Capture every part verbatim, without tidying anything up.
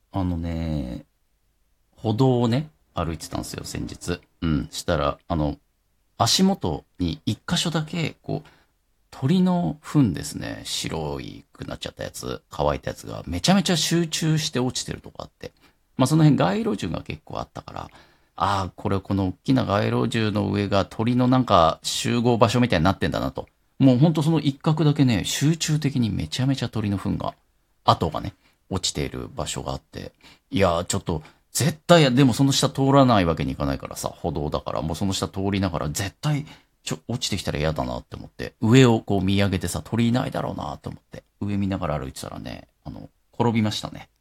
あのね、歩道をね、歩いてたんですよ、先日。うん。したら、あの、足元に一箇所だけ、こう、鳥の糞ですね、白いくなっちゃったやつ、乾いたやつがめちゃめちゃ集中して落ちてるとこあって。まあその辺街路樹が結構あったから、ああ、これこの大きな街路樹の上が鳥のなんか集合場所みたいになってんだなと。もうほんとその一角だけね、集中的にめちゃめちゃ鳥の糞が、跡がね、落ちている場所があって、いやーちょっと、絶対、でもその下通らないわけにいかないからさ、歩道だから、もうその下通りながら絶対、ちょ、落ちてきたら嫌だなって思って、上をこう見上げてさ、鳥いないだろうなと思って、上見ながら歩いてたらね、あの、転びましたね。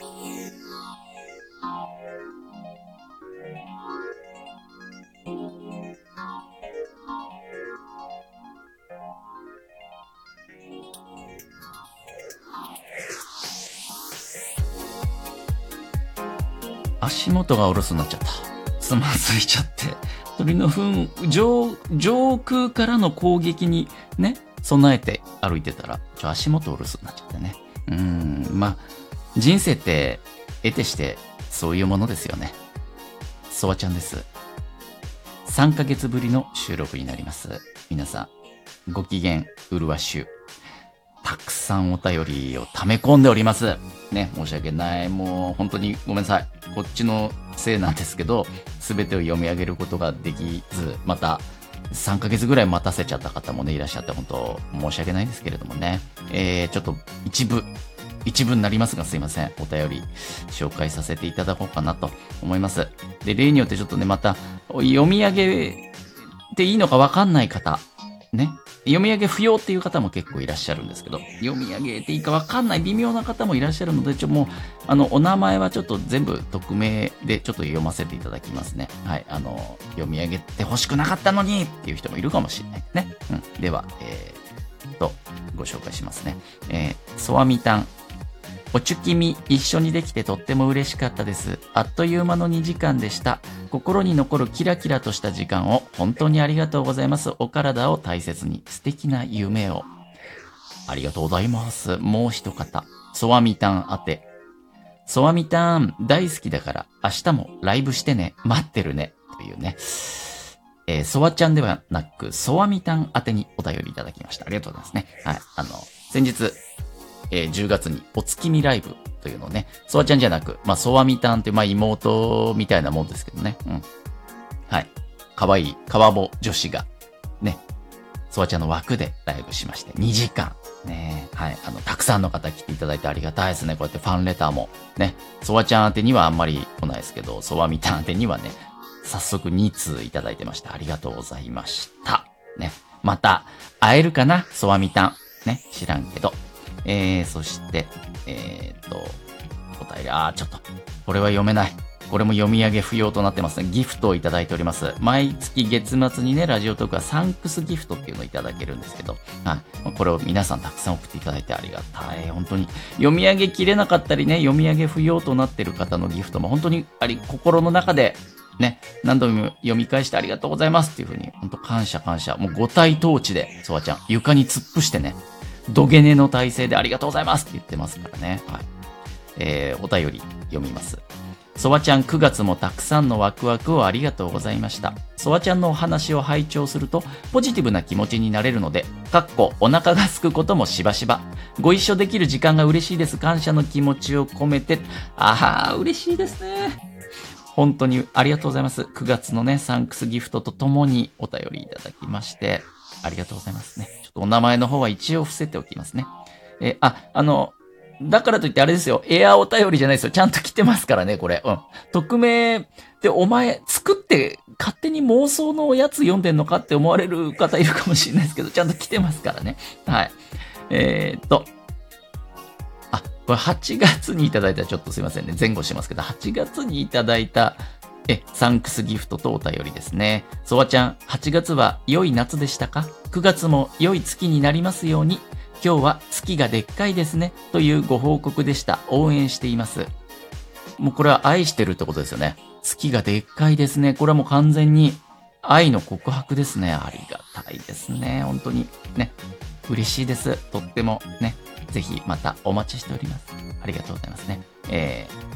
足元がおろすになっちゃった。つまずいちゃって。鳥の糞、上、上空からの攻撃にね、備えて歩いてたら、ちょ、足元おろすになっちゃってね。うーん、まあ、人生って、得てして、そういうものですよね。ソワちゃんです。さんかげつぶりの収録になります。皆さん、ご機嫌、うるわしゅう。たくさんお便りを溜め込んでおります。ね、申し訳ない。もう本当にごめんなさい。こっちのせいなんですけど、すべてを読み上げることができず、またさんかげつぐらい待たせちゃった方もね、いらっしゃって本当申し訳ないんですけれどもね。えー、ちょっと一部、一部になりますがすいません。お便り紹介させていただこうかなと思います。で、例によってちょっとね、また読み上げていいのかわかんない方、ね。読み上げ不要っていう方も結構いらっしゃるんですけど、読み上げていいかわかんない微妙な方もいらっしゃるので、ちょ、もう、あの、お名前はちょっと全部匿名でちょっと読ませていただきますね。はい。あの、読み上げて欲しくなかったのにっていう人もいるかもしれないね。うん。では、えー、と、ご紹介しますね。えー、ソワミタン。おちゅきみ一緒にできてとっても嬉しかったです。あっという間のにじかんでした。心に残るキラキラとした時間を本当にありがとうございます。お体を大切に素敵な夢を。ありがとうございます。もう一方。ソワミタン宛て。ソワミタン大好きだから明日もライブしてね。待ってるね。というね。えー、ソワちゃんではなく、ソワミタン宛てにお便りいただきました。ありがとうございますね。はい。あの、先日、えー、じゅうがつにお月見ライブというのをね、ソワちゃんじゃなく、まあ、ソワミタンっていう、まあ、妹みたいなもんですけどね。うん。はい。かわいい、かわぼ女子が、ね、ソワちゃんの枠でライブしまして、にじかん。ね、はい。あの、たくさんの方来ていただいてありがたいですね。こうやってファンレターも、ね、ソワちゃん宛てにはあんまり来ないですけど、ソワミタン宛てにはね、早速に通いただいてました。ありがとうございました。ね。また、会えるかなソワミタン。ね。知らんけど。えー、そして、えーっと、お便り、あー、ちょっと、これは読めない。これも読み上げ不要となってますね。ギフトをいただいております。毎月月末にね、ラジオトークはサンクスギフトっていうのをいただけるんですけど、はい。これを皆さんたくさん送っていただいてありがたい。本当に、読み上げきれなかったりね、読み上げ不要となっている方のギフトも本当にあり、心の中で、ね、何度も読み返してありがとうございますっていう風に、本当感謝感謝。もう五体統治で、ソワちゃん、床に突っ伏してね、土下寝の体勢でありがとうございますって言ってますからね。はい。えー、お便り読みます。ソワちゃんくがつもたくさんのワクワクをありがとうございました。ソワちゃんのお話を拝聴するとポジティブな気持ちになれるので、かっこお腹が空くこともしばしば。ご一緒できる時間が嬉しいです。感謝の気持ちを込めて。あー、嬉しいですね。本当にありがとうございます。くがつのね、サンクスギフトとともにお便りいただきまして、ありがとうございますね。ちょっとお名前の方は一応伏せておきますね。えー、あ、あの、だからといってあれですよ。エアお便りじゃないですよ。ちゃんと来てますからね、これ。うん。匿名でお前作って勝手に妄想のやつ読んでんのかって思われる方いるかもしれないですけど、ちゃんと来てますからね。はい。えー、っと。あ、これはちがつにいただいた、ちょっとすいませんね。前後しますけど、はちがつにいただいた、え、サンクスギフトとお便りですね。ソワちゃん、はちがつは良い夏でしたか？ く 月も良い月になりますように。今日は月がでっかいですね。というご報告でした。応援しています。もうこれは愛してるってことですよね。月がでっかいですね。これはもう完全に愛の告白ですね。ありがたいですね。本当にね。嬉しいです。とってもね。ぜひまたお待ちしております。ありがとうございますね。えー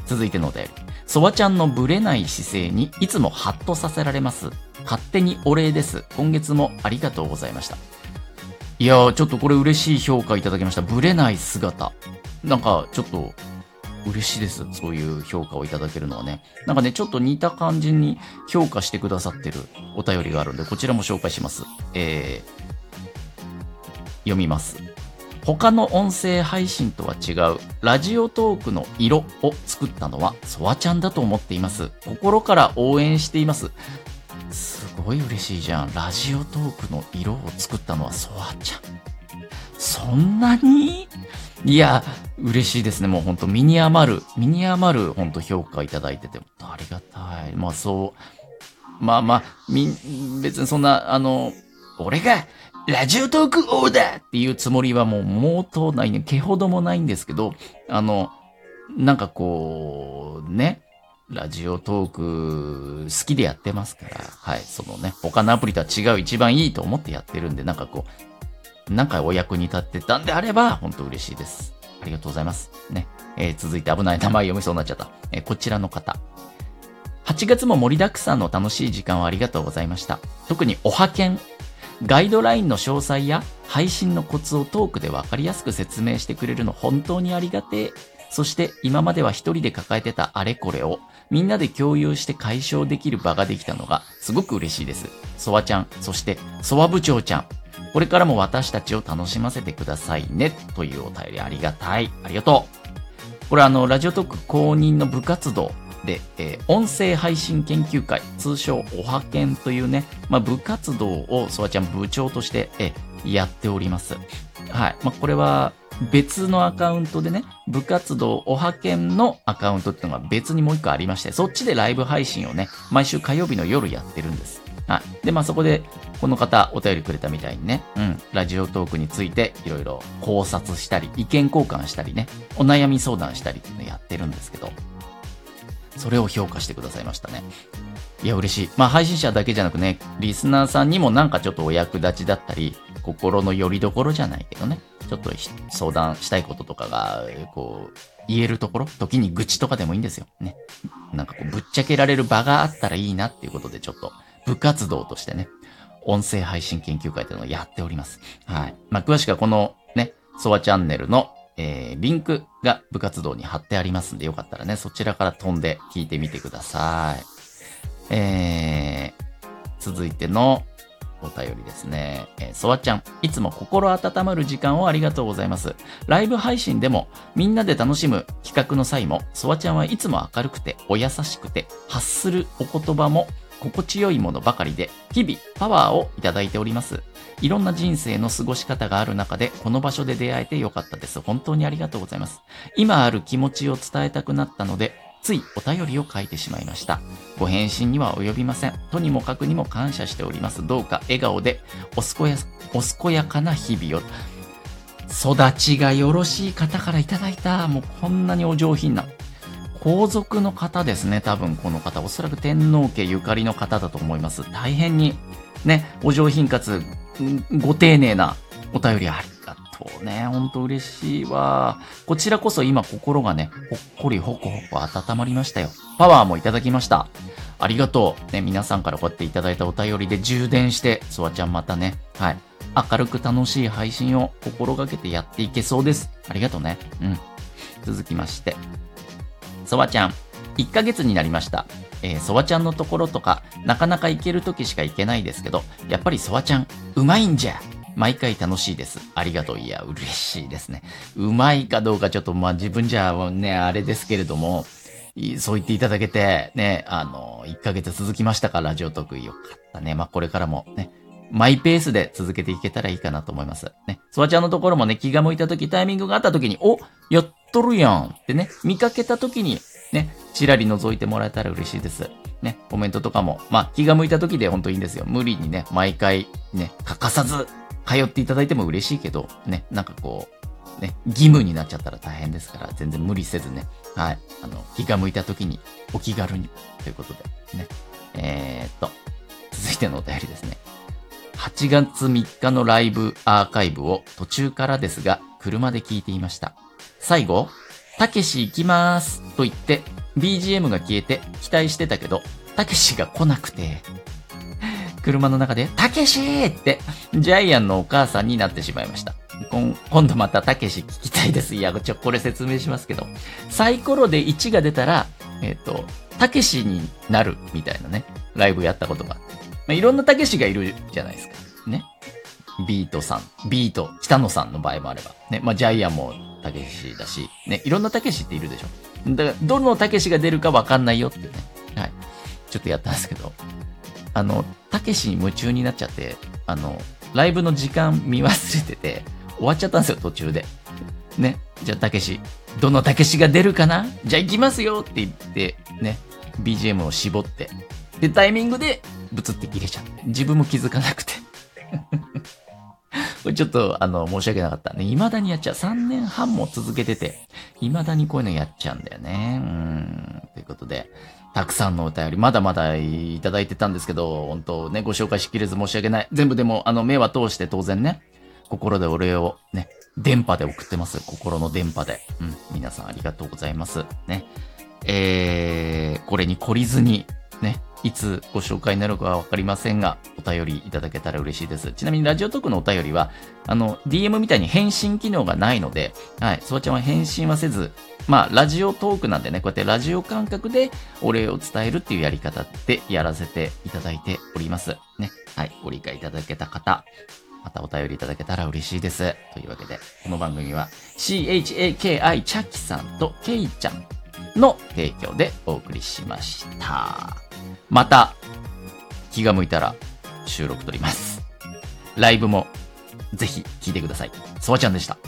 続いてのお便り。そわちゃんのブレない姿勢にいつもハッとさせられます。勝手にお礼です。今月もありがとうございました。いやー、ちょっとこれ嬉しい評価いただきました。ブレない姿。なんか、ちょっと、嬉しいです。そういう評価をいただけるのはね。なんかね、ちょっと似た感じに評価してくださってるお便りがあるんで、こちらも紹介します。えー、読みます。他の音声配信とは違うラジオトークの色を作ったのはソワちゃんだと思っています。心から応援しています。すごい嬉しいじゃん。ラジオトークの色を作ったのはソワちゃん。そんなに？いや、嬉しいですね。もうほんと身に余る、身に余るほんと評価いただいてて、ありがたい。まあそう、まあまあ、み、別にそんな、あの、俺がラジオトーク王だっていうつもりはもう毛頭ないね。毛ほどもないんですけど、あの、なんかこう、ね、ラジオトーク好きでやってますから、はい、そのね、他のアプリとは違う一番いいと思ってやってるんで、なんかこう、なんかお役に立ってたんであれば、本当嬉しいです。ありがとうございます。ね。えー、続いて危ない名前読みそうになっちゃった。えー、こちらの方。はちがつも盛りだくさんの楽しい時間をありがとうございました。特におはけん。ガイドラインの詳細や配信のコツをトークでわかりやすく説明してくれるの本当にありがてえ。そして今までは一人で抱えてたあれこれをみんなで共有して解消できる場ができたのがすごく嬉しいです。ソワちゃん、そしてソワ部長ちゃん。これからも私たちを楽しませてくださいね。というお便りありがたい。ありがとう。これあの、ラジオトーク公認の部活動で、えー、音声配信研究会、通称おはけんというね、まあ、部活動をソワちゃん部長として、えー、やっております。はい。まあ、これは別のアカウントでね、部活動おはけんのアカウントっていうのが別にもう一個ありまして、そっちでライブ配信をね、毎週火曜日の夜やってるんです。はい。で、まあ、そこで、この方、お便りくれたみたいにね、うん、ラジオトークについて、いろいろ考察したり、意見交換したりね、お悩み相談したりっていうのやってるんですけど、それを評価してくださいましたね。いや、嬉しい。まあ、配信者だけじゃなくね、リスナーさんにもなんかちょっとお役立ちだったり、心の拠り所じゃないけどね、ちょっと相談したいこととかが、こう、言えるところ、時に愚痴とかでもいいんですよ。ね。なんかこう、ぶっちゃけられる場があったらいいなっていうことで、ちょっと、部活動としてね、音声配信研究会というのをやっております。はい。まあ、詳しくはこのね、ソワチャンネルの、えー、リンクが部活動に貼ってありますんで、よかったらね、そちらから飛んで聞いてみてください。えー、続いてのお便りですね。えー、ソワちゃん、いつも心温まる時間をありがとうございます。ライブ配信でも、みんなで楽しむ企画の際も、ソワちゃんはいつも明るくて、お優しくて、発するお言葉も、心地よいものばかりで、日々パワーをいただいております。いろんな人生の過ごし方がある中で、この場所で出会えてよかったです。本当にありがとうございます。今ある気持ちを伝えたくなったので、ついお便りを書いてしまいました。ご返信には及びません。とにもかくにも感謝しております。どうか笑顔で、おすこや、おすこやかな日々を。育ちがよろしい方からいただいた。もうこんなにお上品な。皇族の方ですね。多分この方。おそらく天皇家ゆかりの方だと思います。大変に、ね、お上品かつ、ご丁寧なお便りありがとうね。ほんと嬉しいわ。こちらこそ今心がね、ほっこりほこほこ温まりましたよ。パワーもいただきました。ありがとう。ね、皆さんからこうやっていただいたお便りで充電して、ソワちゃんまたね、はい。明るく楽しい配信を心がけてやっていけそうです。ありがとうね。うん。続きまして。ソワちゃん、いっかげつになりました。えー、ソワちゃんのところとか、なかなか行けるときしか行けないですけど、やっぱりソワちゃん、うまいんじゃ。毎回楽しいです。ありがとう。いや、嬉しいですね。うまいかどうかちょっと、まあ自分じゃね、あれですけれども、そう言っていただけて、ね、あの、いっかげつ続きましたから、ラジオトークよかったね。まあこれからもね、マイペースで続けていけたらいいかなと思います。ね。ソワちゃんのところもね、気が向いたとき、タイミングがあったときに、お、やっとるやんってね、見かけたときに、ね、ちらり覗いてもらえたら嬉しいです。ね、コメントとかも、まあ、気が向いたときで本当いいんですよ。無理にね、毎回、ね、欠かさず、通っていただいても嬉しいけど、ね、なんかこう、ね、義務になっちゃったら大変ですから、全然無理せずね、はい、あの、気が向いたときに、お気軽に、ということで、ね、えー、っと、続いてのお便りですね。はちがつみっかのライブアーカイブを途中からですが、車で聞いていました。最後、たけし行きまーすと言って、 ビージーエム が消えて期待してたけど、たけしが来なくて、車の中で、たけしーって、ジャイアンのお母さんになってしまいました。今今度またたけし聞きたいです。いや、ちょ、これ説明しますけど、サイコロでいちが出たら、えっと、たけしになるみたいなね、ライブやったことがあって。まあ、いろんなたけしがいるじゃないですか。ね。ビートさん、ビート、北野さんの場合もあれば。ね。まあ、ジャイアンもたけしだし、ね。いろんなたけしっているでしょ。だから、どのたけしが出るかわかんないよっていうね。はい。ちょっとやったんですけど、あの、たけしに夢中になっちゃって、あの、ライブの時間見忘れてて、終わっちゃったんですよ、途中で。ね。じゃあ、たけし、どのたけしが出るかな？じゃあ行きますよって言って、ね。ビージーエム を絞って、で、タイミングで、ブツって切れちゃって。自分も気づかなくて。これちょっと、あの、申し訳なかったね。未だにやっちゃう。さんねんはんも続けてて、未だにこういうのやっちゃうんだよね。うーん。ということで、たくさんのお便り、まだまだいただいてたんですけど、本当ね、ご紹介しきれず申し訳ない。全部でも、あの、目は通して当然ね、心でお礼をね、電波で送ってます。心の電波で。うん。皆さんありがとうございます。ね。えー、これに懲りずに、ね、いつご紹介になるかはわかりませんが、お便りいただけたら嬉しいです。ちなみにラジオトークのお便りは、あの、ディーエム みたいに返信機能がないので、はい、そばちゃんは返信はせず、まあ、ラジオトークなんでね、こうやってラジオ感覚でお礼を伝えるっていうやり方でやらせていただいております。ね。はい、ご理解いただけた方、またお便りいただけたら嬉しいです。というわけで、この番組は シーエイチエーケーアイ チャキさんとケイちゃんの提供でお送りしました。また、気が向いたら収録撮ります。ライブもぜひ聞いてください。そばちゃんでした。